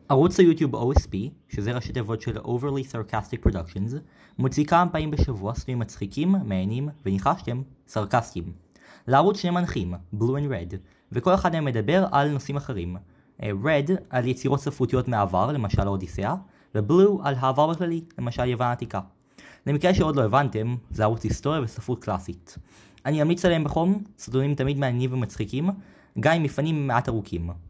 ערוץ היוטיוב OSP, שזה ראשי תיבות של Overly Sarcastic Productions, מוציא כמה פעמים בשבוע סרטונים מצחיקים, מעניינים, וניחשתם, סרקסטיים. לערוץ שני מנחים, Blue and Red, וכל אחד מהם מדבר על נושאים אחרים. Red על יצירות ספרותיות מהעבר, למשל האודיסאה, ו-Blue על העבר בכללי, למשל יוון העתיקה. למקרה שעוד לא הבנתם, זה ערוץ היסטוריה וספרות קלאסית. אני אמליץ עליהם בחום, סרטונים תמיד מעניינים ומצחיקים, גם אם לפעמים מעט ארוכים.